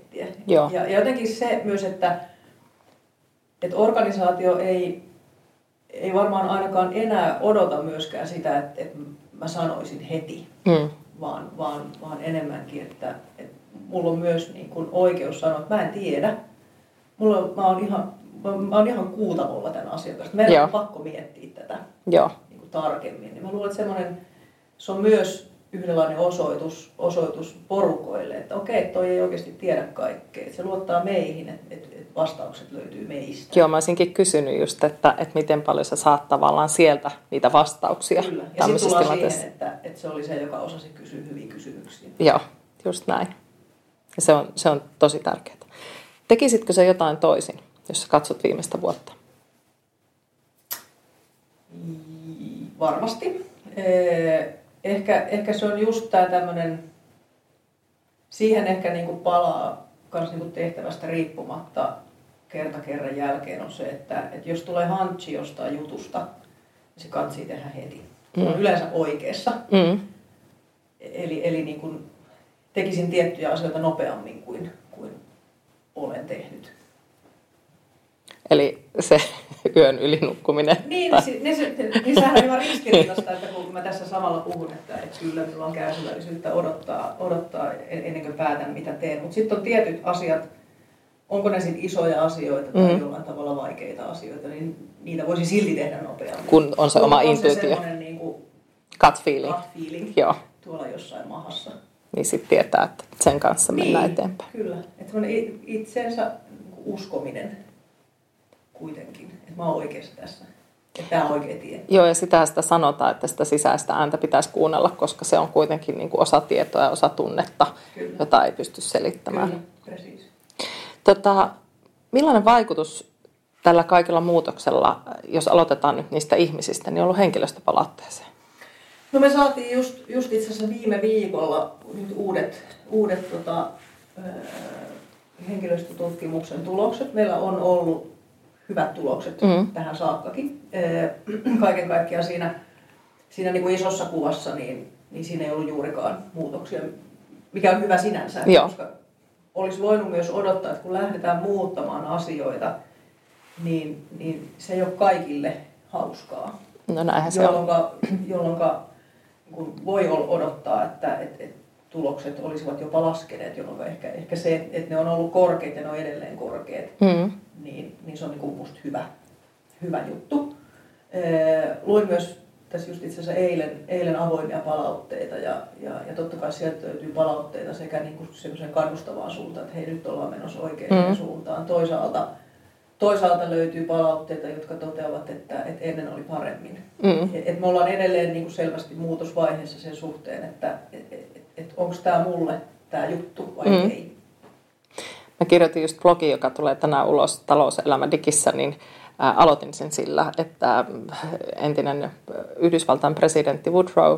Joo. Ja jotenkin se myös, että organisaatio ei varmaan ainakaan enää odota myöskään sitä, että mä sanoisin heti, vaan enemmänkin, että mulla on myös niin kuin oikeus sanoa, että mä en tiedä. Mä oon ihan kuutavolla tämän asian kanssa. Meidän on pakko miettiä tätä niin kuin tarkemmin. Ja mä luulen, että se on myös yhdenlainen osoitus porukoille, että okei, toi ei oikeasti tiedä kaikkea. Että se luottaa meihin, että vastaukset löytyy meistä. Joo, mä olisinkin kysynyt just, että miten paljon sä saat tavallaan sieltä niitä vastauksia. Kyllä, ja sitten tullaan siihen, että se oli se, joka osasi kysyä hyviä kysymyksiä. Joo, just näin. Ja se on tosi tärkeää. Tekisitkö sä jotain toisin, jos sä katsot viimeistä vuotta? Varmasti. Ehkä se on just tämä tämmöinen, siihen ehkä niinku palaa kans niinku tehtävästä riippumatta kerta kerran jälkeen on se, että jos tulee hunchi jostain jutusta, niin se katsii tehdä heti. Se on yleensä oikeassa. Eli niin kuin tekisin tiettyjä asioita nopeammin kuin olen tehnyt. Eli se yön ylinukkuminen. Niin, sehän on ihan ristiriitaista, että kun mä tässä samalla puhun, että kyllä minulla on kärsivällisyyttä odottaa ennen kuin päätän mitä teen. Mutta sitten on tietyt asiat, onko ne sitten isoja asioita tai jollain tavalla vaikeita asioita, niin niitä voisi silti tehdä nopeammin. Kun on se oma intuitio. Se semmoinen niin kuin gut feeling. Joo. Tuolla jossain mahassa. Niin sitten tietää, että sen kanssa mennään eteenpäin. Kyllä. Että semmoinen itsensä uskominen kuitenkin, että mä oon oikeassa tässä. Että tämä on oikea tie. Joo, ja sitä sanotaan, että sitä sisäistä ääntä pitäisi kuunnella, koska se on kuitenkin niin kuin osa tietoa ja osa tunnetta, kyllä, jota ei pysty selittämään. Kyllä, presiis. Millainen vaikutus tällä kaikella muutoksella, jos aloitetaan nyt niistä ihmisistä, niin on ollut henkilöstöpalautteeseen? No me saatiin just itse asiassa viime viikolla nyt uudet henkilöstötutkimuksen tulokset. Meillä on ollut hyvät tulokset tähän saakkakin. Kaiken kaikkiaan siinä niin kuin isossa kuvassa niin siinä ei ollut juurikaan muutoksia, mikä on hyvä sinänsä, koska olisi voinut myös odottaa, että kun lähdetään muuttamaan asioita, niin se ei ole kaikille hauskaa. No näinhän se on. Jolloinka niin voi odottaa, että tulokset olisivat jopa laskeneet, jolloin ehkä se, että ne on ollut korkeat ja ne on edelleen korkeat, niin se on niin kuin musta hyvä juttu. Luin myös tässä just itse asiassa eilen avoimia palautteita ja totta kai sieltä löytyy palautteita sekä niin kuin semmoiseen kannustavaan suuntaan, että hei nyt ollaan menossa oikeaan suuntaan. Toisaalta löytyy palautteita, jotka toteavat, että ennen oli paremmin. Et me ollaan edelleen niin kuin selvästi muutosvaiheessa sen suhteen, että onko tämä mulle tämä juttu vai ei. Mä kirjoitin just blogin, joka tulee tänään ulos Talouselämä Digissä, niin aloitin sen sillä, että entinen Yhdysvaltain presidentti Woodrow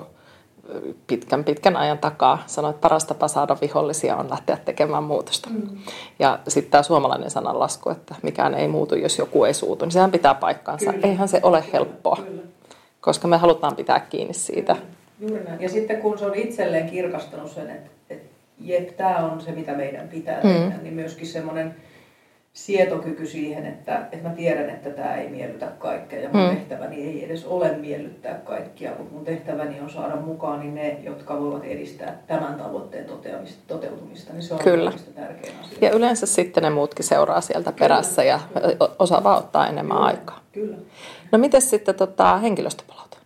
pitkän ajan takaa sanoi, että paras tapa saada vihollisia on lähteä tekemään muutosta. Ja sitten tämä suomalainen sananlasku, että mikään ei muutu, jos joku ei suutu, niin sehän pitää paikkaansa. Kyllä. Eihän se ole helppoa, koska me halutaan pitää kiinni siitä. Juuri näin. Ja sitten kun se on itselleen kirkastanut sen, että tämä on se, mitä meidän pitää tehdä, niin myöskin semmoinen sietokyky siihen, että mä tiedän, että tämä ei miellytä kaikkea ja mun tehtäväni ei edes ole miellyttää kaikkia, mutta mun tehtäväni on saada mukaan niin ne, jotka voivat edistää tämän tavoitteen toteutumista, niin se on kaikista tärkein asia. Ja yleensä sitten ne muutkin seuraa sieltä perässä ja osaa vaan ottaa enemmän aikaa. Kyllä. No miten sitten henkilöstöpalaute?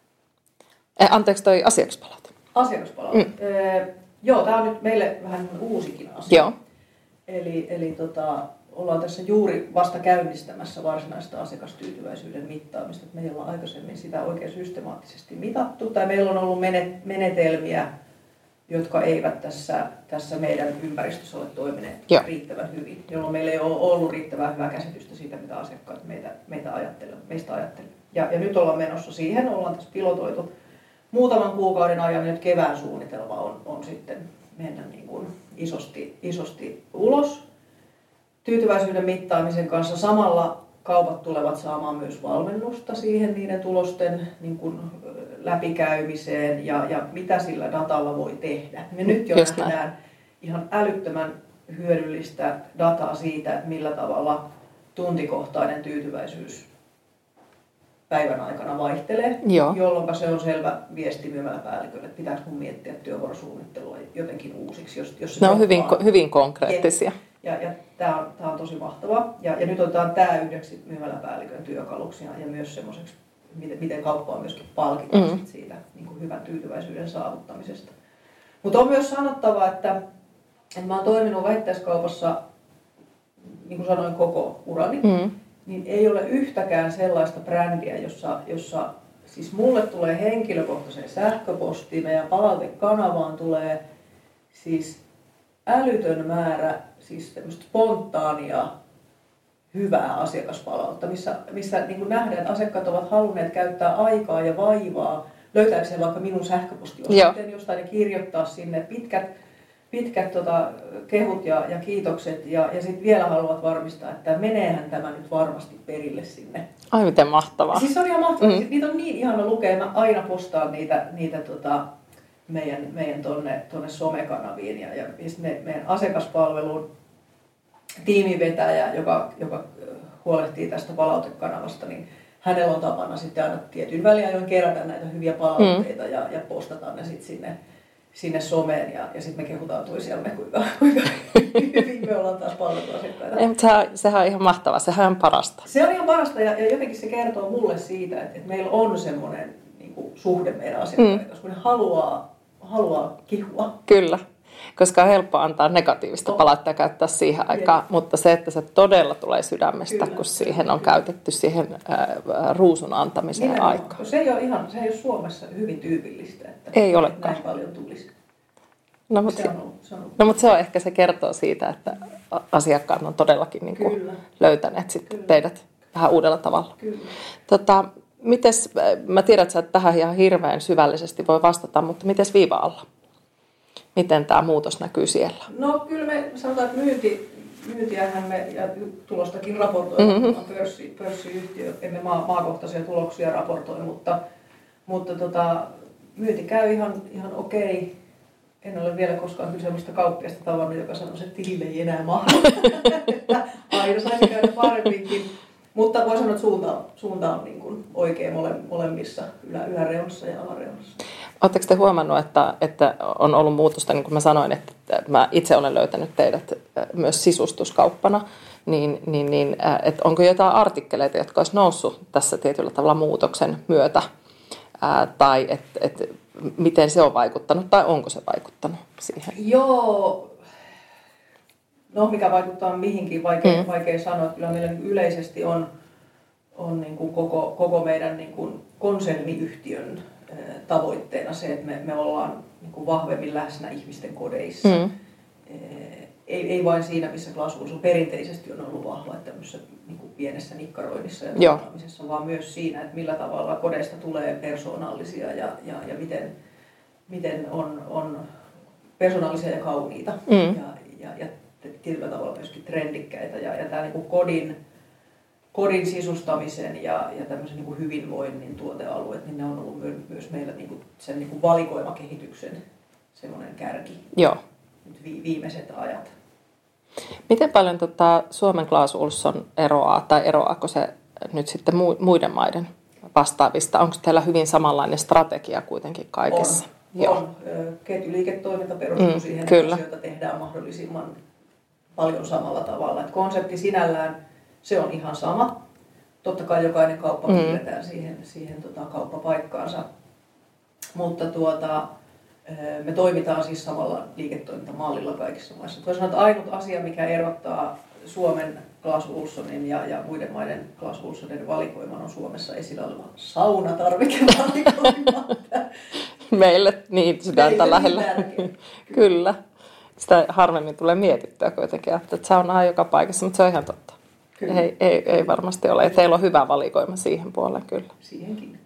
Toi asiakaspalaute. Asiakaspalaute. Joo, tämä on nyt meille vähän uusikin asia. Joo. Eli ollaan tässä juuri vasta käynnistämässä varsinaista asiakastyytyväisyyden mittaamista. Me ei olla aikaisemmin sitä oikein systemaattisesti mitattu, tai meillä on ollut menetelmiä, jotka eivät tässä meidän ympäristössä ole toimineet riittävän hyvin, jolloin meillä ei ole ollut riittävän hyvää käsitystä siitä, mitä asiakkaat meistä ajattelevat. Ja nyt ollaan menossa siihen, ollaan tässä pilotoitu muutaman kuukauden ajan, nyt kevään suunnitelma on sitten mennä niin kuin isosti ulos tyytyväisyyden mittaamisen kanssa. Samalla kaupat tulevat saamaan myös valmennusta siihen niiden tulosten niin kuin läpikäymiseen ja mitä sillä datalla voi tehdä. Me nyt jo nähdään ihan älyttömän hyödyllistä dataa siitä, että millä tavalla tuntikohtainen tyytyväisyys päivän aikana vaihtelee, jolloin se on selvä viesti myymäläpäällikölle, että pitääkö mun miettiä työvuorosuunnittelua jotenkin uusiksi. Jos ne on hyvin konkreettisia. Ja tämä on tosi mahtavaa. Ja nyt otetaan tämä yhdeksi myymäläpäällikön työkaluksi ja myös semmoiseksi, miten kauppaa myöskin palkitaan siitä niin kuin hyvän tyytyväisyyden saavuttamisesta. Mutta on myös sanottava, että mä oon toiminut vähittäiskaupassa, niin kuin sanoin, koko urani, niin ei ole yhtäkään sellaista brändiä, jossa siis mulle tulee henkilökohtaisen sähköpostiin, meidän palautekanavaan tulee siis älytön määrä siis tämmöistä spontaania, hyvää asiakaspalautta, missä niin kuin nähdään, että asiakkaat ovat halunneet käyttää aikaa ja vaivaa löytääkseen vaikka minun sähköpostiosoitteen jostain ja kirjoittaa sinne pitkät kehut ja kiitokset ja sitten vielä haluavat varmistaa, että meneehän tämä nyt varmasti perille sinne. Ai miten mahtavaa. Siis se on ihan mahtavaa. Niitä on niin ihana lukea. Mä aina postaan niitä meidän tonne somekanaviin ja meidän asiakaspalvelun tiimivetäjä, joka huolehtii tästä palautekanavasta, niin hänellä on tapana sitten aina tietyn väliajoin kerätä näitä hyviä palautteita ja postata ne sitten sinne someen ja sitten me kehutaan toisiamme, kuinka hyvin me ollaan taas palveltu asiakkaita. Sehän on ihan mahtavaa, sehän on parasta. Se on ihan parasta ja jotenkin se kertoo mulle siitä, että meillä on semmoinen niin kuin suhde meidän asiakkaita, koska ne haluaa kehua. Kyllä, koska on helppo antaa negatiivista palautetta ja käyttää siihen aikaan, mutta se, että se todella tulee sydämestä, kun siihen on käytetty siihen ruusun antamiseen aikaan. Se ei ole Suomessa hyvin tyypillistä, että ei olekaan. Näin paljon tulisi. Mutta se on ehkä se kertoo siitä, että asiakkaat on todellakin niin kuin löytäneet sitten teidät vähän uudella tavalla. Mä tiedän, että sä tähän ihan hirveän syvällisesti voi vastata, mutta mites viiva-alla? Miten tämä muutos näkyy siellä? No kyllä me sanotaan, että myyntiähän me ja tulostakin raportoidaan, pörssiyhtiö, emme maakohtaisia tuloksia raportoi, mutta myynti käy ihan okei. En ole vielä koskaan kyllä sellaista kauppiasta tavannut, joka sanoo, että tilille ei enää mahdu. Aina saisi käydä paremminkin. Mutta voi sanoa, että suunta on niin kuin oikein molemmissa, yläreunassa ja alareunassa. Oletteko te huomannut, että on ollut muutosta, niin kuin mä sanoin, että mä itse olen löytänyt teidät myös sisustuskauppana, että onko jotain artikkeleita, jotka olisi noussut tässä tietyllä tavalla muutoksen myötä, tai että miten se on vaikuttanut, tai onko se vaikuttanut siihen? Joo, no mikä vaikuttaa mihinkin, vaikea sanoa. Kyllä meillä yleisesti on niin kuin koko meidän niin kuin konserniyhtiön tavoitteena se, että me ollaan niin kuin vahvemmin läsnä ihmisten kodeissa. Ei vain siinä, missä Glasswools on perinteisesti on ollut vahva, että tämmöisessä niin kuin pienessä nikkaroinnissa ja tuottamisessa, vaan myös siinä, että millä tavalla kodeista tulee persoonallisia ja miten on persoonallisia ja kauniita ja tietyllä tavalla myöskin trendikkäitä. Ja tämä niin kuin kodin sisustamisen ja tämmöisen niin kuin hyvinvoinnin tuotealueet, niin ne on ollut myös meillä niin kuin sen niin kuin valikoimakehityksen semmoinen kärki nyt viimeiset ajat. Miten paljon Suomen Glasswools eroaa, tai eroaako se nyt sitten muiden maiden vastaavista? Onko teillä hyvin samanlainen strategia kuitenkin kaikessa? On. Ketjuliiketoiminta perustuu siihen, että asioita tehdään mahdollisimman paljon samalla tavalla. Et konsepti sinällään se on ihan sama. Totta kai jokainen kauppa piirretään siihen kauppapaikkaansa. Mutta me toimitaan siis samalla liiketoimintamallilla kaikissa maissa. Voi sanoa, että ainut asia, mikä erottaa Suomen Glasswoolsonin ja muiden maiden Glasswoolsonin valikoiman on Suomessa esillä oleva saunatarvikevalikoima. Meille niin sydäntä lähellä. Kyllä. Sitä harvemmin tulee mietittyä kuitenkin, että sauna on joka paikassa, mutta se on ihan totta. Ei varmasti ole. Teillä on hyvä valikoima siihen puoleen kyllä. Siihenkin.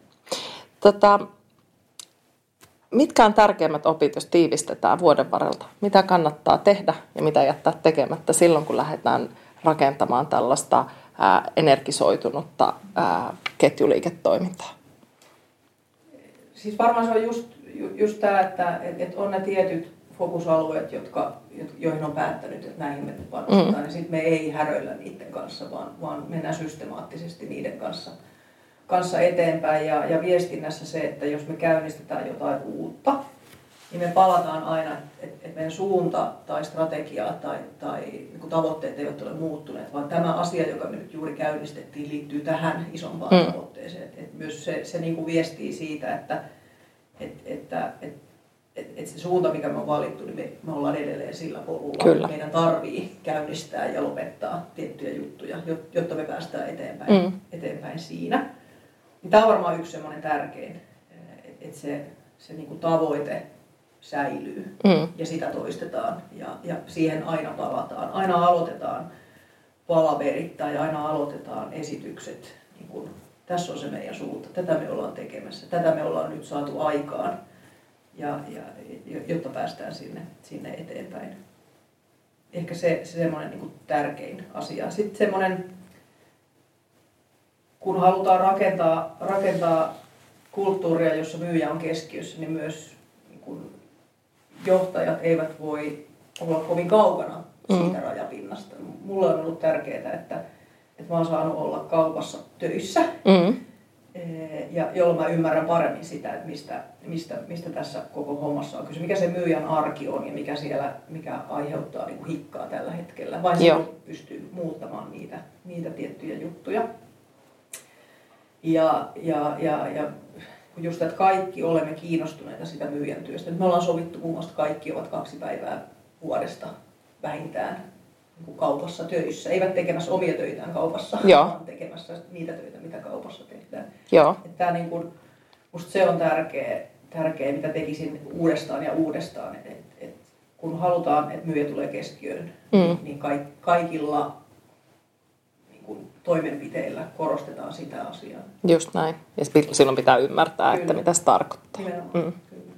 Mitkä on tärkeimmät opit, jos tiivistetään vuoden varrelta? Mitä kannattaa tehdä ja mitä jättää tekemättä silloin, kun lähdetään rakentamaan tällaista energisoitunutta ketjuliiketoimintaa? Siis varmaan se on just tämä, että on ne tietyt fokusalueet, joihin on päättänyt, että näihin me panostetaan, niin sitten me ei häröillä niiden kanssa, vaan mennään systemaattisesti niiden kanssa eteenpäin. Ja viestinnässä se, että jos me käynnistetään jotain uutta, niin me palataan aina, että meidän suunta tai strategia tai niin tavoitteet eivät ole muuttuneet, vaan tämä asia, joka me nyt juuri käynnistettiin, liittyy tähän isompaan tavoitteeseen. Et myös se niin kuin viestii siitä, että se suunta, mikä me on valittu, niin me ollaan edelleen sillä polulla. Kyllä. Meidän tarvii käynnistää ja lopettaa tiettyjä juttuja, jotta me päästään eteenpäin siinä. Tämä on varmaan yksi semmoinen tärkein, että se niin kuin tavoite säilyy ja sitä toistetaan ja siihen aina palataan. Aina aloitetaan palaverit tai aina aloitetaan esitykset. Niin kuin, tässä on se meidän suunta, tätä me ollaan tekemässä, tätä me ollaan nyt saatu aikaan, jotta päästään sinne eteenpäin. Ehkä se semmoinen niin kuin tärkein asia. Sitten semmoinen, kun halutaan rakentaa kulttuuria, jossa myyjä on keskiössä, niin myös niin kun johtajat eivät voi olla kovin kaukana siitä rajapinnasta. Mulle on ollut tärkeää, että mä oon saanut olla kaupassa töissä, jolloin mä ymmärrän paremmin sitä, että mistä tässä koko hommassa on kyse. Mikä se myyjän arki on ja mikä aiheuttaa niin kuin hikkaa tällä hetkellä. Vai se pystyy muuttamaan niitä tiettyjä juttuja. Ja just, että kaikki olemme kiinnostuneita sitä myyjän työstä. Me ollaan sovittu muun muassa, että kaikki ovat 2 päivää vuodesta vähintään niin kaupassa töissä. Eivät tekemässä omia töitään kaupassa, vaan tekemässä niitä töitä, mitä kaupassa tehdään. Tämä niin kuin, musta se on tärkeä, mitä tekisin uudestaan ja uudestaan. Et kun halutaan, että myyjä tulee keskiöön, niin kaikilla toimenpiteillä korostetaan sitä asiaa. Just näin. Ja silloin pitää ymmärtää, kyllä, että mitä se tarkoittaa. Kyllä.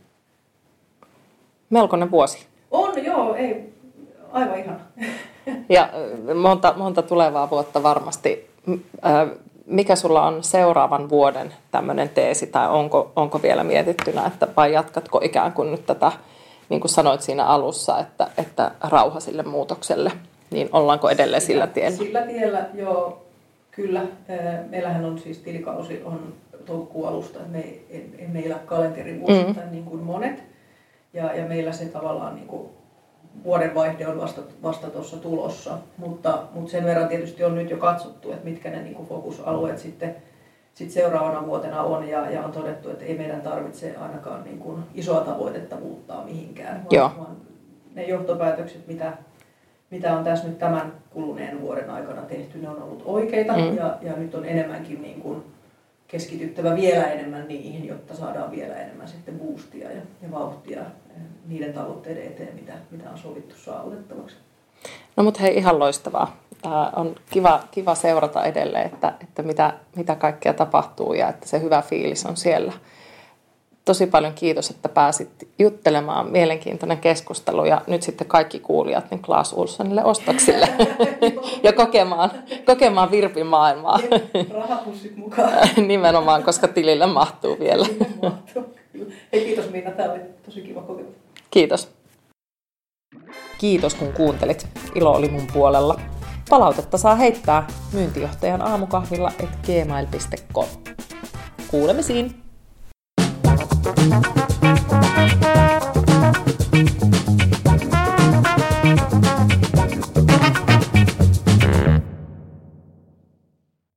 Melkoinen vuosi. On, joo. Ei, aivan ihana. Ja monta tulevaa vuotta varmasti. Mikä sulla on seuraavan vuoden tämmöinen teesi, tai onko vielä mietittynä, että vai jatkatko ikään kuin nyt tätä, niin kuin sanoit siinä alussa, että rauha sille muutokselle? Niin ollaanko edelleen sillä tiellä? Sillä tiellä, joo, kyllä. Meillähän on siis tilikausi on toukokuun alusta, että me elä kalenterivuosittain niin kuin monet. Ja meillä se tavallaan niin kuin vuodenvaihde on vasta tuossa tulossa. Mutta sen verran tietysti on nyt jo katsottu, että mitkä ne niin kuin fokusalueet sitten seuraavana vuotena on. Ja on todettu, että ei meidän tarvitse ainakaan niin kuin isoa tavoitetta muuttaa mihinkään. Vaan ne johtopäätökset, mitä on tässä nyt tämän kuluneen vuoden aikana tehty, ne on ollut oikeita ja nyt on enemmänkin niin kuin keskityttävä vielä enemmän niihin, jotta saadaan vielä enemmän sitten boostia ja vauhtia niiden tavoitteiden eteen, mitä on sovittu saavutettavaksi. No mutta hei, ihan loistavaa. On kiva seurata edelleen, että mitä kaikkea tapahtuu ja että se hyvä fiilis on siellä. Tosi paljon kiitos, että pääsit juttelemaan. Mielenkiintoinen keskustelu ja nyt sitten kaikki kuulijat niin Clas Ohlsonille ostoksille ja kokemaan Virpin maailmaa. Rahapussit mukaan. Nimenomaan, koska tilille mahtuu vielä. Hei, kiitos Minna, tämä oli tosi kiva kokemus. Kiitos. Kiitos kun kuuntelit. Ilo oli mun puolella. Palautetta saa heittää myyntijohtajan aamukahvilla @gmail.com. Kuulemisiin. Thank you.